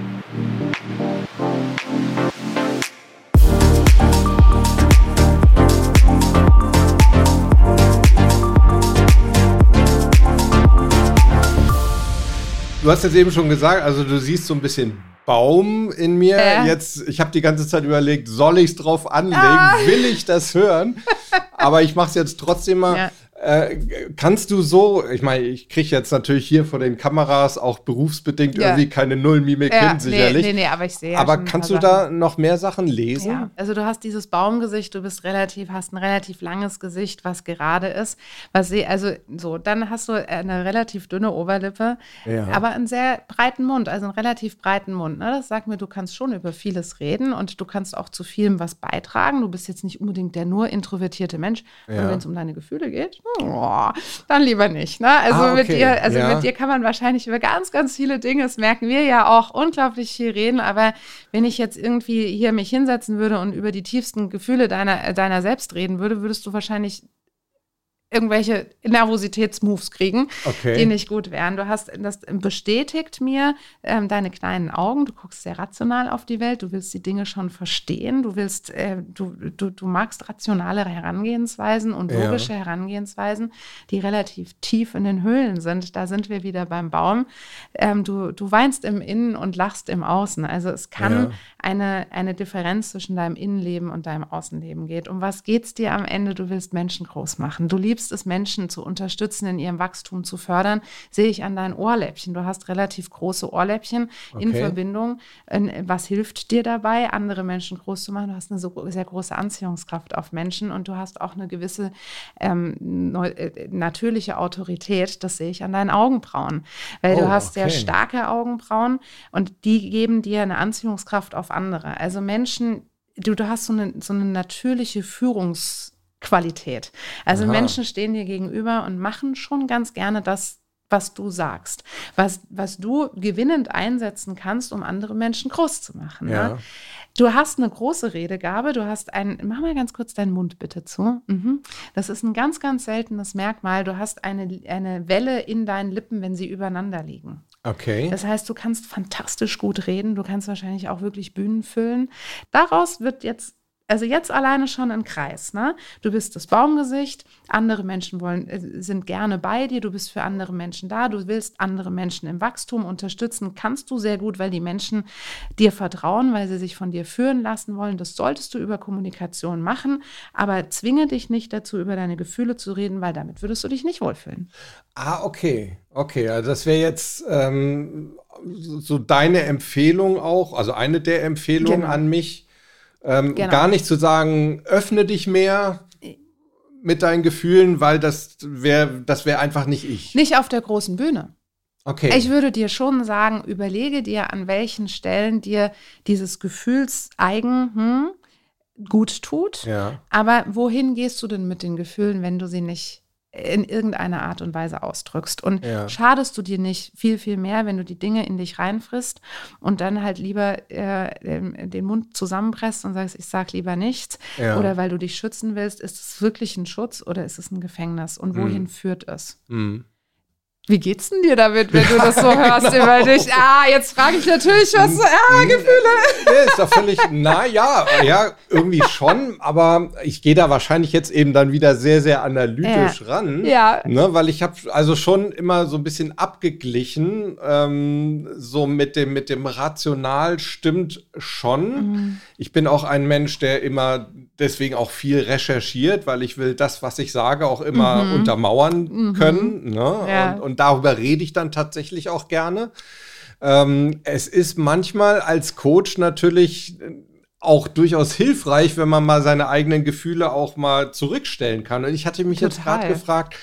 Du hast jetzt eben schon gesagt, also du siehst so ein bisschen Baum in mir. Ja. Jetzt, ich habe die ganze Zeit überlegt, soll ich es drauf anlegen? Ah. Will ich das hören? Aber ich mache es jetzt trotzdem mal. Ja. Äh, kannst du so, ich meine, ich kriege jetzt natürlich hier vor den Kameras auch berufsbedingt Ja. irgendwie keine Nullmimik hin, sicherlich. Nee, nee, nee, aber ich sehe ja Aber schon ein kannst paar du da Sachen. noch mehr Sachen lesen? Ja, also du hast dieses Baumgesicht, du bist relativ, hast ein relativ langes Gesicht, was gerade ist. Was sie, also so, dann hast du eine relativ dünne Oberlippe, Ja. aber einen sehr breiten Mund, also einen relativ breiten Mund. Ne? Das sagt mir, du kannst schon über vieles reden und du kannst auch zu vielem was beitragen. Du bist jetzt nicht unbedingt der nur introvertierte Mensch. Ja. Und wenn es um deine Gefühle geht, oh, dann lieber nicht. Ne? Also Ah, mit okay. dir, also Ja. mit dir kann man wahrscheinlich über ganz, ganz viele Dinge, das merken wir ja auch, unglaublich viel reden. Aber wenn ich jetzt irgendwie hier mich hinsetzen würde und über die tiefsten Gefühle deiner, deiner selbst reden würde, würdest du wahrscheinlich irgendwelche Nervositätsmoves kriegen, Okay. die nicht gut wären. Du hast, das bestätigt mir ähm, deine kleinen Augen. Du guckst sehr rational auf die Welt. Du willst die Dinge schon verstehen. Du willst, äh, du, du, du magst rationale Herangehensweisen und Ja. logische Herangehensweisen, die relativ tief in den Höhlen sind. Da sind wir wieder beim Baum. Ähm, du, du weinst im Innen und lachst im Außen. Also es kann Ja. eine, eine Differenz zwischen deinem Innenleben und deinem Außenleben geht. Um was geht es dir am Ende? Du willst Menschen groß machen. Du liebst es, Menschen zu unterstützen, in ihrem Wachstum zu fördern. Sehe ich an deinen Ohrläppchen. Du hast relativ große Ohrläppchen in Okay. Verbindung. Äh, Was hilft dir dabei, andere Menschen groß zu machen? Du hast eine so sehr große Anziehungskraft auf Menschen und du hast auch eine gewisse ähm, neu, äh, natürliche Autorität. Das sehe ich an deinen Augenbrauen. Weil Oh, du hast sehr okay. starke Augenbrauen und die geben dir eine Anziehungskraft auf andere. Also Menschen, du, du hast so eine, so eine natürliche Führungsqualität. Also Aha. Menschen stehen dir gegenüber und machen schon ganz gerne das, was du sagst, was, was du gewinnend einsetzen kannst, um andere Menschen groß zu machen. Ja. Ne? Du hast eine große Redegabe, du hast ein, mach mal ganz kurz deinen Mund bitte zu. Mhm. Das ist ein ganz, ganz seltenes Merkmal. Du hast eine, eine Welle in deinen Lippen, wenn sie übereinander liegen. Okay. Das heißt, du kannst fantastisch gut reden, du kannst wahrscheinlich auch wirklich Bühnen füllen. Daraus wird jetzt Also jetzt alleine schon ein Kreis, ne? Du bist das Baumgesicht, andere Menschen wollen, sind gerne bei dir, du bist für andere Menschen da, du willst andere Menschen im Wachstum unterstützen, kannst du sehr gut, weil die Menschen dir vertrauen, weil sie sich von dir führen lassen wollen. Das solltest du über Kommunikation machen, aber zwinge dich nicht dazu, über deine Gefühle zu reden, weil damit würdest du dich nicht wohlfühlen. Ah, okay, okay, also das wäre jetzt ähm, so deine Empfehlung auch, also eine der Empfehlungen genau. an mich, Ähm, genau. Gar nicht zu sagen, öffne dich mehr mit deinen Gefühlen, weil das wäre das wär einfach nicht ich. Nicht auf der großen Bühne. Okay. Ich würde dir schon sagen, überlege dir, an welchen Stellen dir dieses Gefühlseigen hm, gut tut. Ja. Aber wohin gehst du denn mit den Gefühlen, wenn du sie nicht in irgendeiner Art und Weise ausdrückst? Und ja. schadest du dir nicht viel, viel mehr, wenn du die Dinge in dich reinfrisst und dann halt lieber äh, den, den Mund zusammenpresst und sagst, ich sag lieber nichts. Ja. Oder weil du dich schützen willst, ist es wirklich ein Schutz oder ist es ein Gefängnis? Und wohin mhm. führt es? Mhm. Wie geht's denn dir damit, wenn du das so hörst genau. über dich? Ah, jetzt frage ich natürlich, was so, ah, Gefühle. Nee, ist doch völlig, na ja, ja, irgendwie schon, aber ich gehe da wahrscheinlich jetzt eben dann wieder sehr, sehr analytisch ja. ran. Ja. Ne, weil ich habe also schon immer so ein bisschen abgeglichen, ähm, so mit dem, mit dem Rational stimmt schon. Mhm. Ich bin auch ein Mensch, der immer deswegen auch viel recherchiert, weil ich will das, was ich sage, auch immer mhm. untermauern mhm. können. Ne? Ja. Und, und darüber rede ich dann tatsächlich auch gerne. Ähm, es ist manchmal als Coach natürlich auch durchaus hilfreich, wenn man mal seine eigenen Gefühle auch mal zurückstellen kann. Und ich hatte mich Total. jetzt gerade gefragt,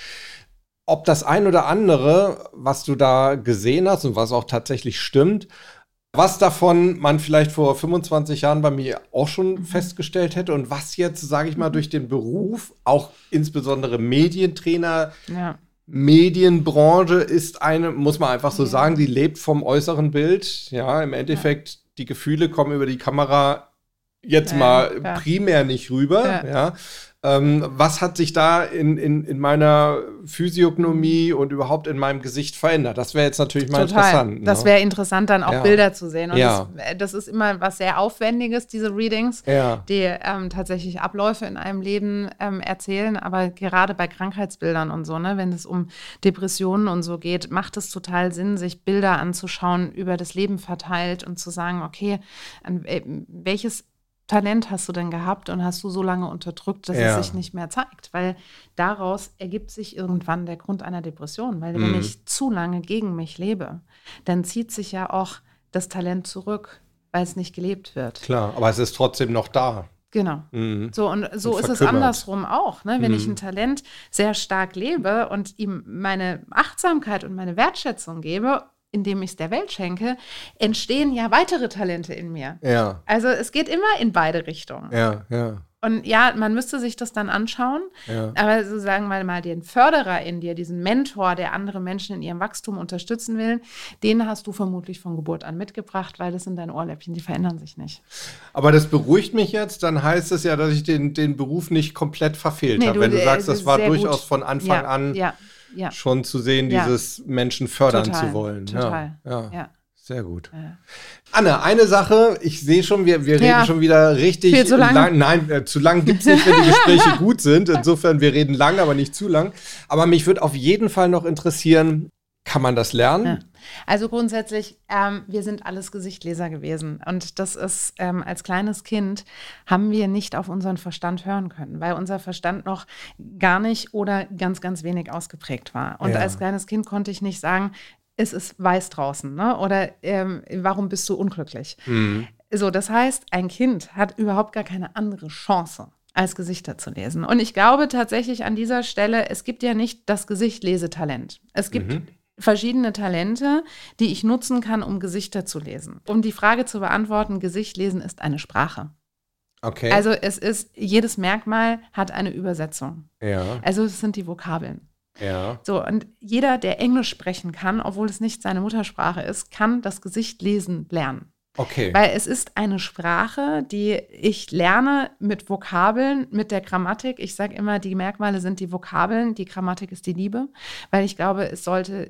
ob das ein oder andere, was du da gesehen hast und was auch tatsächlich stimmt, was davon man vielleicht vor fünfundzwanzig Jahren bei mir auch schon mhm. festgestellt hätte und was jetzt, sage ich mal, durch den Beruf, auch insbesondere Medientrainer, ja. Medienbranche ist eine, muss man einfach so ja. sagen, die lebt vom äußeren Bild. Ja, im Endeffekt, ja. die Gefühle kommen über die Kamera jetzt ja, mal ja. primär nicht rüber. Ja. Ja. Ähm, was hat sich da in, in, in meiner Physiognomie und überhaupt in meinem Gesicht verändert? Das wäre jetzt natürlich mal Total. interessant. Ne? Das wäre interessant, dann auch ja. Bilder zu sehen. Und ja. das, das ist immer was sehr Aufwendiges, diese Readings, ja. die ähm, tatsächlich Abläufe in einem Leben ähm, erzählen. Aber gerade bei Krankheitsbildern und so, ne, wenn es um Depressionen und so geht, macht es total Sinn, sich Bilder anzuschauen, über das Leben verteilt und zu sagen, okay, an, äh, welches Talent hast du denn gehabt und hast du so lange unterdrückt, dass ja. es sich nicht mehr zeigt? Weil daraus ergibt sich irgendwann der Grund einer Depression. Weil mhm. wenn ich zu lange gegen mich lebe, dann zieht sich ja auch das Talent zurück, weil es nicht gelebt wird. Klar, aber es ist trotzdem noch da. Genau. Mhm. So, und so und ist es andersrum auch. Ne? Wenn mhm. ich ein Talent sehr stark lebe und ihm meine Achtsamkeit und meine Wertschätzung gebe, indem ich es der Welt schenke, entstehen ja weitere Talente in mir. Ja. Also es geht immer in beide Richtungen. Ja, ja. Und ja, man müsste sich das dann anschauen, ja. aber so sagen wir mal, den Förderer in dir, diesen Mentor, der andere Menschen in ihrem Wachstum unterstützen will, den hast du vermutlich von Geburt an mitgebracht, weil das sind deine Ohrläppchen, die verändern sich nicht. Aber das beruhigt mich jetzt, dann heißt es ja, dass ich den, den Beruf nicht komplett verfehlt nee, habe. Wenn du sagst, das war durchaus gut. von Anfang ja, an ja. Ja. schon zu sehen, ja. dieses Menschen fördern total, zu wollen. Total. Ja, ja. ja. Sehr gut. Ja. Anne, eine Sache, ich sehe schon, wir, wir ja. reden schon wieder richtig Viel zu lang. lang. Nein, äh, zu lang gibt es nicht, wenn die Gespräche gut sind. Insofern, wir reden lang, aber nicht zu lang. Aber mich würde auf jeden Fall noch interessieren, kann man das lernen? Ja. Also grundsätzlich, ähm, wir sind alles Gesichtleser gewesen. Und das ist, ähm, als kleines Kind haben wir nicht auf unseren Verstand hören können, weil unser Verstand noch gar nicht oder ganz, ganz wenig ausgeprägt war. Und ja. als kleines Kind konnte ich nicht sagen, es ist weiß draußen, ne? Oder ähm, warum bist du unglücklich? Mhm. So, das heißt, ein Kind hat überhaupt gar keine andere Chance, als Gesichter zu lesen. Und ich glaube tatsächlich an dieser Stelle, es gibt ja nicht das Gesichtlesetalent. Es gibt mhm. verschiedene Talente, die ich nutzen kann, um Gesichter zu lesen. Um die Frage zu beantworten, Gesicht lesen ist eine Sprache. Okay. Also es ist, jedes Merkmal hat eine Übersetzung. Ja. Also es sind die Vokabeln. Ja. So, und jeder, der Englisch sprechen kann, obwohl es nicht seine Muttersprache ist, kann das Gesicht lesen lernen. Okay. Weil es ist eine Sprache, die ich lerne mit Vokabeln, mit der Grammatik. Ich sage immer, die Merkmale sind die Vokabeln, die Grammatik ist die Liebe. Weil ich glaube, es sollte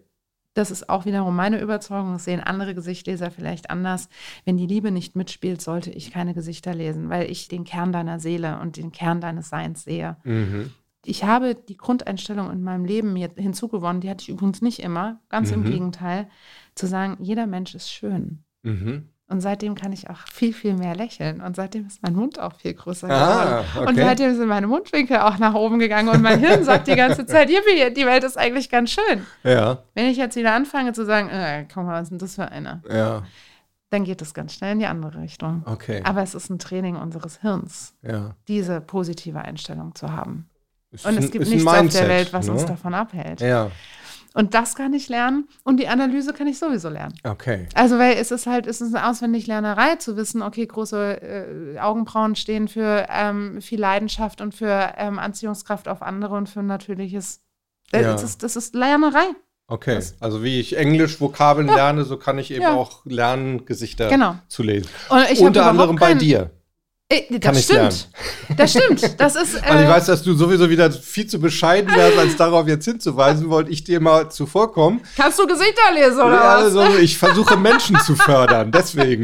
das ist auch wiederum meine Überzeugung, das sehen andere Gesichtleser vielleicht anders. Wenn die Liebe nicht mitspielt, sollte ich keine Gesichter lesen, weil ich den Kern deiner Seele und den Kern deines Seins sehe. Mhm. Ich habe die Grundeinstellung in meinem Leben mir hinzugewonnen, die hatte ich übrigens nicht immer, ganz mhm. im Gegenteil, zu sagen, jeder Mensch ist schön. Mhm. Und seitdem kann ich auch viel, viel mehr lächeln. Und seitdem ist mein Mund auch viel größer geworden. Ah, okay. Und seitdem sind meine Mundwinkel auch nach oben gegangen. Und mein Hirn sagt die ganze Zeit, Yippie, die Welt ist eigentlich ganz schön. Ja. Wenn ich jetzt wieder anfange zu sagen, äh, komm mal, was ist denn das für eine? Ja. Dann geht es ganz schnell in die andere Richtung. Okay. Aber es ist ein Training unseres Hirns, ja. diese positive Einstellung zu haben. Ist und es ein, gibt nichts Mindset, auf der Welt, was ne? uns davon abhält. Ja. Und das kann ich lernen und die Analyse kann ich sowieso lernen. Okay. Also, weil es ist halt, es ist eine Auswendiglernerei zu wissen, okay, große äh, Augenbrauen stehen für ähm, viel Leidenschaft und für ähm, Anziehungskraft auf andere und für natürliches. Äh, ja. das, ist, das ist Lernerei. Okay, das, also wie ich Englisch Vokabeln ja. lerne, so kann ich eben ja. auch lernen, Gesichter genau. zu lesen. Und ich Unter anderem bei dir. Das Kann stimmt. Lernen. Das stimmt. Das ist, äh Weil ich weiß, dass du sowieso wieder viel zu bescheiden wärst, als darauf jetzt hinzuweisen, wollte ich dir mal zuvorkommen. Kannst du Gesichter lesen, oder ja, was? Also ich versuche Menschen zu fördern, deswegen.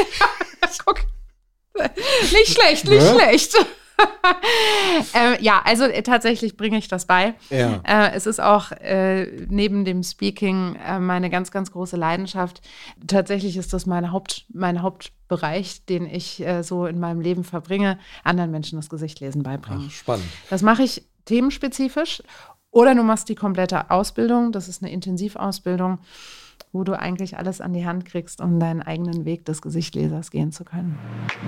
Nicht schlecht, nicht ne? schlecht. äh, ja, also äh, tatsächlich bringe ich das bei. Ja. Äh, es ist auch äh, neben dem Speaking äh, meine ganz, ganz große Leidenschaft. Tatsächlich ist das meine Haupt, mein Hauptbereich, den ich äh, so in meinem Leben verbringe, anderen Menschen das Gesichtlesen beibringen. Ach, spannend. Das mache ich themenspezifisch. Oder du machst die komplette Ausbildung, das ist eine Intensivausbildung, wo du eigentlich alles an die Hand kriegst, um deinen eigenen Weg des Gesichtlesers gehen zu können.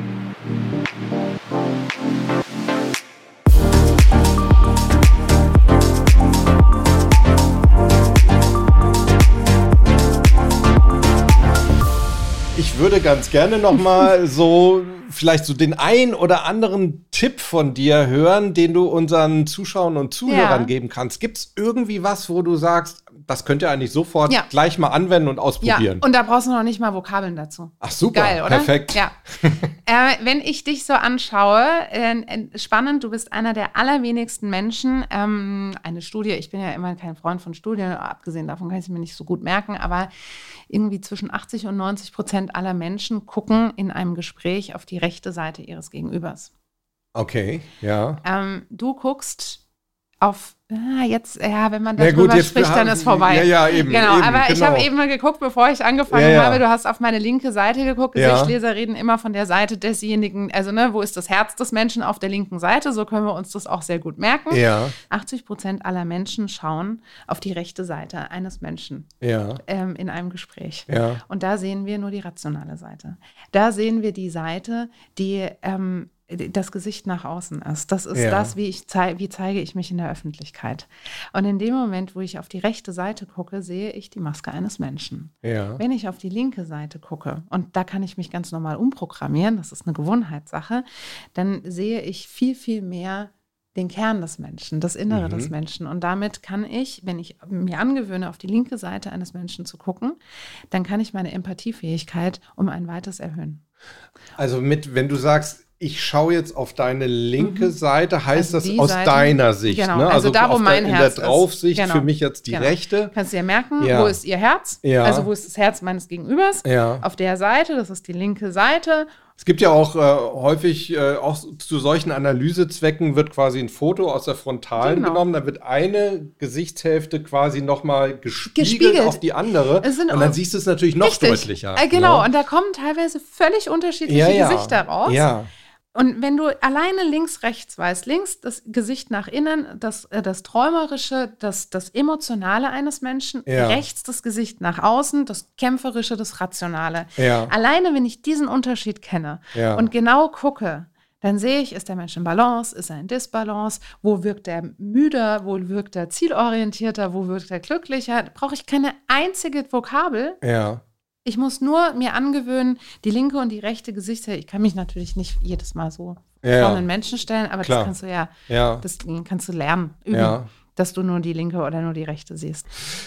Ich würde ganz gerne noch mal so vielleicht so den ein oder anderen Tipp von dir hören, den du unseren Zuschauern und Zuhörern ja. geben kannst. Gibt es irgendwie was, wo du sagst, das könnt ihr eigentlich sofort ja. gleich mal anwenden und ausprobieren? Ja, und da brauchst du noch nicht mal Vokabeln dazu. Ach super, geil, oder? Perfekt. Ja. äh, wenn ich dich so anschaue, äh, spannend, du bist einer der allerwenigsten Menschen, ähm, eine Studie, ich bin ja immer kein Freund von Studien, abgesehen davon kann ich sie mir nicht so gut merken, aber irgendwie zwischen achtzig und neunzig Prozent aller Menschen gucken in einem Gespräch auf die rechte Seite ihres Gegenübers. Okay, ja. Ähm, du guckst auf, ah, jetzt, ja, wenn man darüber ja, spricht, dann ist vorbei. Ja, ja, eben. Genau, eben, aber genau. ich habe eben mal geguckt, bevor ich angefangen ja, ja. habe, du hast auf meine linke Seite geguckt. Gesichtleser ja. reden immer von der Seite desjenigen, also ne, wo ist das Herz des Menschen auf der linken Seite, so können wir uns das auch sehr gut merken. Ja. achtzig Prozent aller Menschen schauen auf die rechte Seite eines Menschen ja. ähm, in einem Gespräch. Ja. Und da sehen wir nur die rationale Seite. Da sehen wir die Seite, die ähm, das Gesicht nach außen ist. Das ist ja. das, wie ich zei- wie zeige ich mich in der Öffentlichkeit. Und in dem Moment, wo ich auf die rechte Seite gucke, sehe ich die Maske eines Menschen. Ja. Wenn ich auf die linke Seite gucke, und da kann ich mich ganz normal umprogrammieren, das ist eine Gewohnheitssache, dann sehe ich viel, viel mehr den Kern des Menschen, das Innere mhm. des Menschen. Und damit kann ich, wenn ich mir angewöhne, auf die linke Seite eines Menschen zu gucken, dann kann ich meine Empathiefähigkeit um ein weites erhöhen. Also mit, wenn du sagst, ich schaue jetzt auf deine linke mhm. Seite, heißt also das aus Seite, deiner Sicht. Genau, ne? also, also da, wo mein der, Herz in der Draufsicht genau. für mich jetzt die genau. rechte. Kannst du ja merken, ja. wo ist ihr Herz? Ja. Also wo ist das Herz meines Gegenübers? Ja. Auf der Seite, das ist die linke Seite. Es gibt ja auch äh, häufig, äh, auch zu solchen Analysezwecken wird quasi ein Foto aus der Frontalen genau. genommen, da wird eine Gesichtshälfte quasi nochmal gespiegelt, gespiegelt auf die andere und dann siehst du es natürlich noch richtig. deutlicher. Äh, genau, ja. und da kommen teilweise völlig unterschiedliche ja, ja. Gesichter raus. Ja. Und wenn du alleine links, rechts weißt, links das Gesicht nach innen, das, äh, das Träumerische, das, das Emotionale eines Menschen, ja. rechts das Gesicht nach außen, das Kämpferische, das Rationale. Ja. Alleine, wenn ich diesen Unterschied kenne ja. und genau gucke, dann sehe ich, ist der Mensch in Balance, ist er in Disbalance, wo wirkt er müder, wo wirkt er zielorientierter, wo wirkt er glücklicher, brauche ich keine einzige Vokabel. Ja. Ich muss nur mir angewöhnen, die linke und die rechte Gesichter, ich kann mich natürlich nicht jedes Mal so ja, vor einen Menschen stellen, aber klar. das kannst du ja, ja, das kannst du lernen, üben, ja. dass du nur die linke oder nur die rechte siehst.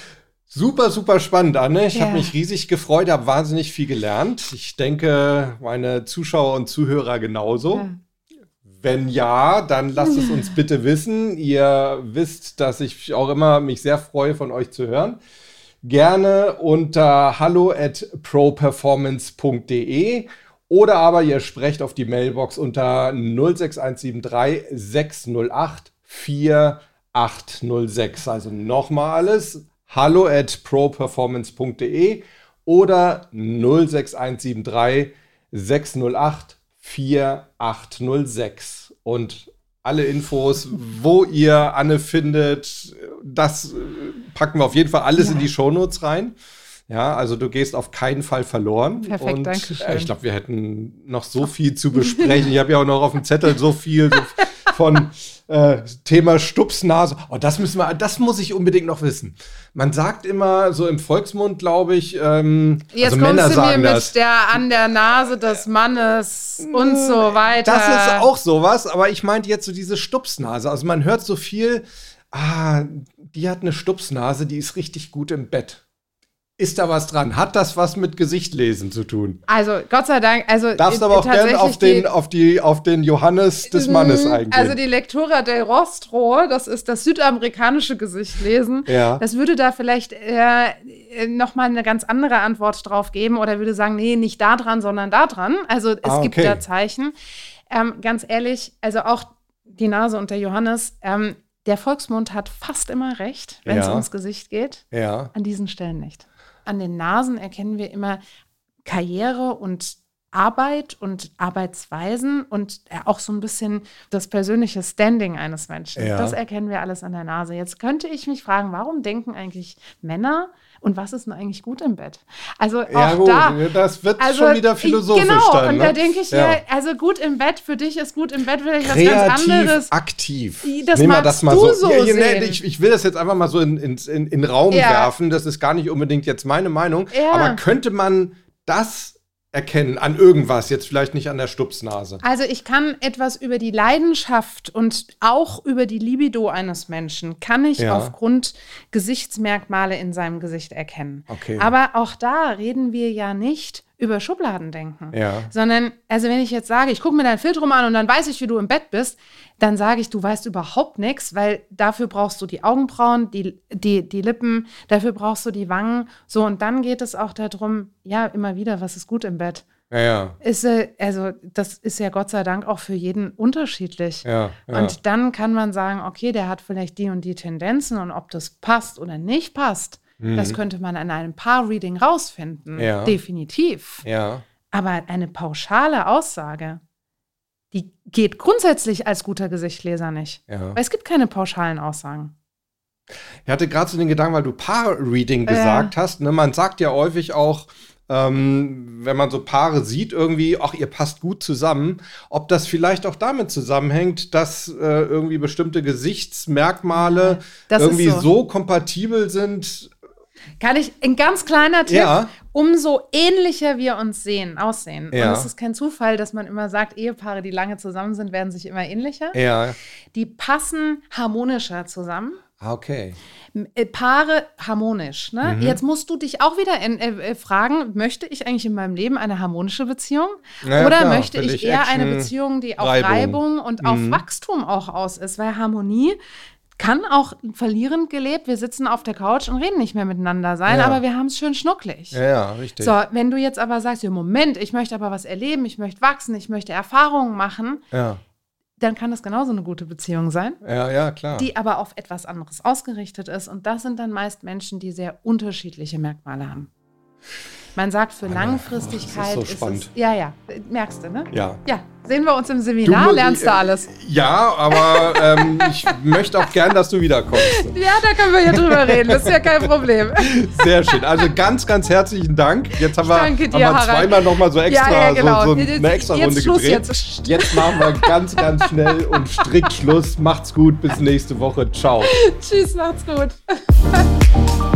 Super, super spannend, Anne. Ich ja. habe mich riesig gefreut, habe wahnsinnig viel gelernt. Ich denke, meine Zuschauer und Zuhörer genauso. Ja. Wenn ja, dann lasst es uns bitte wissen. Ihr wisst, dass ich auch immer mich sehr freue, von euch zu hören. gerne unter hallo at properformance punkt de oder aber ihr sprecht auf die Mailbox unter null sechs eins sieben drei sechs null acht vier acht null sechs. Also nochmal alles, hallo at properformance punkt de oder null sechs eins sieben drei sechs null acht vier acht null sechs. Und alle Infos, wo ihr Anne findet, das packen wir auf jeden Fall alles ja. in die Shownotes rein. Ja, also du gehst auf keinen Fall verloren. Perfekt, und danke schön. Äh, ich glaube, wir hätten noch so viel zu besprechen. Ich habe ja auch noch auf dem Zettel so viel so von äh, Thema Stupsnase. Oh, das müssen wir, das muss ich unbedingt noch wissen. Man sagt immer so im Volksmund, glaube ich, ähm, jetzt also kommst Männer du sagen mir mit das. der an der Nase des Mannes und so weiter. Das ist auch sowas, aber ich meinte jetzt so diese Stupsnase. Also man hört so viel, ah, die hat eine Stupsnase, die ist richtig gut im Bett. Ist da was dran? Hat das was mit Gesichtlesen zu tun? Also Gott sei Dank, also darfst aber auch gerne auf den, auf, die, auf den Johannes des Mannes eingehen. Also die Lectura del Rostro, das ist das südamerikanische Gesichtlesen, ja. das würde da vielleicht äh, nochmal eine ganz andere Antwort drauf geben oder würde sagen, nee, nicht da dran, sondern da dran. Also es ah, okay. gibt da Zeichen. Ähm, ganz ehrlich, also auch die Nase und der Johannes, ähm, der Volksmund hat fast immer recht, wenn es ja. ums Gesicht geht. Ja. An diesen Stellen nicht. An den Nasen erkennen wir immer Karriere und Arbeit und Arbeitsweisen und auch so ein bisschen das persönliche Standing eines Menschen. Ja. Das erkennen wir alles an der Nase. Jetzt könnte ich mich fragen, warum denken eigentlich Männer und was ist denn eigentlich gut im Bett? Also auch ja, gut, da. das wird also, schon wieder philosophisch genau, dann. Und ne? da denke ich, ja. ja, also gut im Bett, für dich ist gut im Bett vielleicht was Kreativ, ganz anderes. aktiv. Das Nehmen wir magst das mal du so. so ja, ja, sehen. nee, ich, ich will das jetzt einfach mal so in, in, in, in Raum Ja. werfen. Das ist gar nicht unbedingt jetzt meine Meinung. Ja. Aber könnte man das erkennen an irgendwas, jetzt vielleicht nicht an der Stupsnase? Also ich kann etwas über die Leidenschaft und auch über die Libido eines Menschen, kann ich Ja. aufgrund Gesichtsmerkmale in seinem Gesicht erkennen. Okay. Aber auch da reden wir ja nicht über Schubladendenken, Ja. sondern, also wenn ich jetzt sage, ich gucke mir dein Filtrum an und dann weiß ich, wie du im Bett bist, dann sage ich, du weißt überhaupt nichts, weil dafür brauchst du die Augenbrauen, die, die, die Lippen, dafür brauchst du die Wangen. So, und dann geht es auch darum, ja, immer wieder, was ist gut im Bett? Ja, ja. Ist, äh, also das ist ja Gott sei Dank auch für jeden unterschiedlich. Ja, ja. Und dann kann man sagen, okay, der hat vielleicht die und die Tendenzen und ob das passt oder nicht passt, mhm. das könnte man in einem Paar-Reading rausfinden. Ja. Definitiv. Ja. Aber eine pauschale Aussage, die geht grundsätzlich als guter Gesichtleser nicht. Ja. Weil es gibt keine pauschalen Aussagen. Ich hatte gerade so den Gedanken, weil du Paar-Reading gesagt äh. hast. Ne? Man sagt ja häufig auch, ähm, wenn man so Paare sieht, irgendwie, ach, ihr passt gut zusammen, ob das vielleicht auch damit zusammenhängt, dass äh, irgendwie bestimmte Gesichtsmerkmale das irgendwie so. so kompatibel sind. Kann ich, ein ganz kleiner Tipp, Ja. umso ähnlicher wir uns sehen, aussehen. Ja. Und es ist kein Zufall, dass man immer sagt, Ehepaare, die lange zusammen sind, werden sich immer ähnlicher. Ja. Die passen harmonischer zusammen. Ah, okay. Äh, Paare harmonisch. Ne? Mhm. Jetzt musst du dich auch wieder in, äh, fragen, möchte ich eigentlich in meinem Leben eine harmonische Beziehung? Naja, Oder klar, möchte will ich ich eher Action, eine Beziehung, die auf Reibung, Reibung und mhm. auf Wachstum auch aus ist? Weil Harmonie kann auch verlierend gelebt. Wir sitzen auf der Couch und reden nicht mehr miteinander sein, Ja. aber wir haben es schön schnucklig. Ja, ja, richtig. So, wenn du jetzt aber sagst, ja, Moment, ich möchte aber was erleben, ich möchte wachsen, ich möchte Erfahrungen machen, Ja. dann kann das genauso eine gute Beziehung sein, Ja, ja, klar. die aber auf etwas anderes ausgerichtet ist. Und das sind dann meist Menschen, die sehr unterschiedliche Merkmale haben. Man sagt, für Langfristigkeit das ist so spannend. es, ja, ja, merkst du, ne? Ja. Ja, sehen wir uns im Seminar, Du, lernst du äh, alles. Ja, aber ähm, ich möchte auch gern, dass du wiederkommst. Ja, da können wir ja drüber reden, das ist ja kein Problem. Sehr schön. Also ganz, ganz herzlichen Dank. Jetzt haben wir, danke dir, haben wir zweimal nochmal so extra, Ja, ja, genau. so, so eine extra Jetzt Runde Schluss gedreht. jetzt. Jetzt machen wir ganz, ganz schnell und strikt Schluss. Macht's gut, bis nächste Woche. Ciao. Tschüss, macht's gut.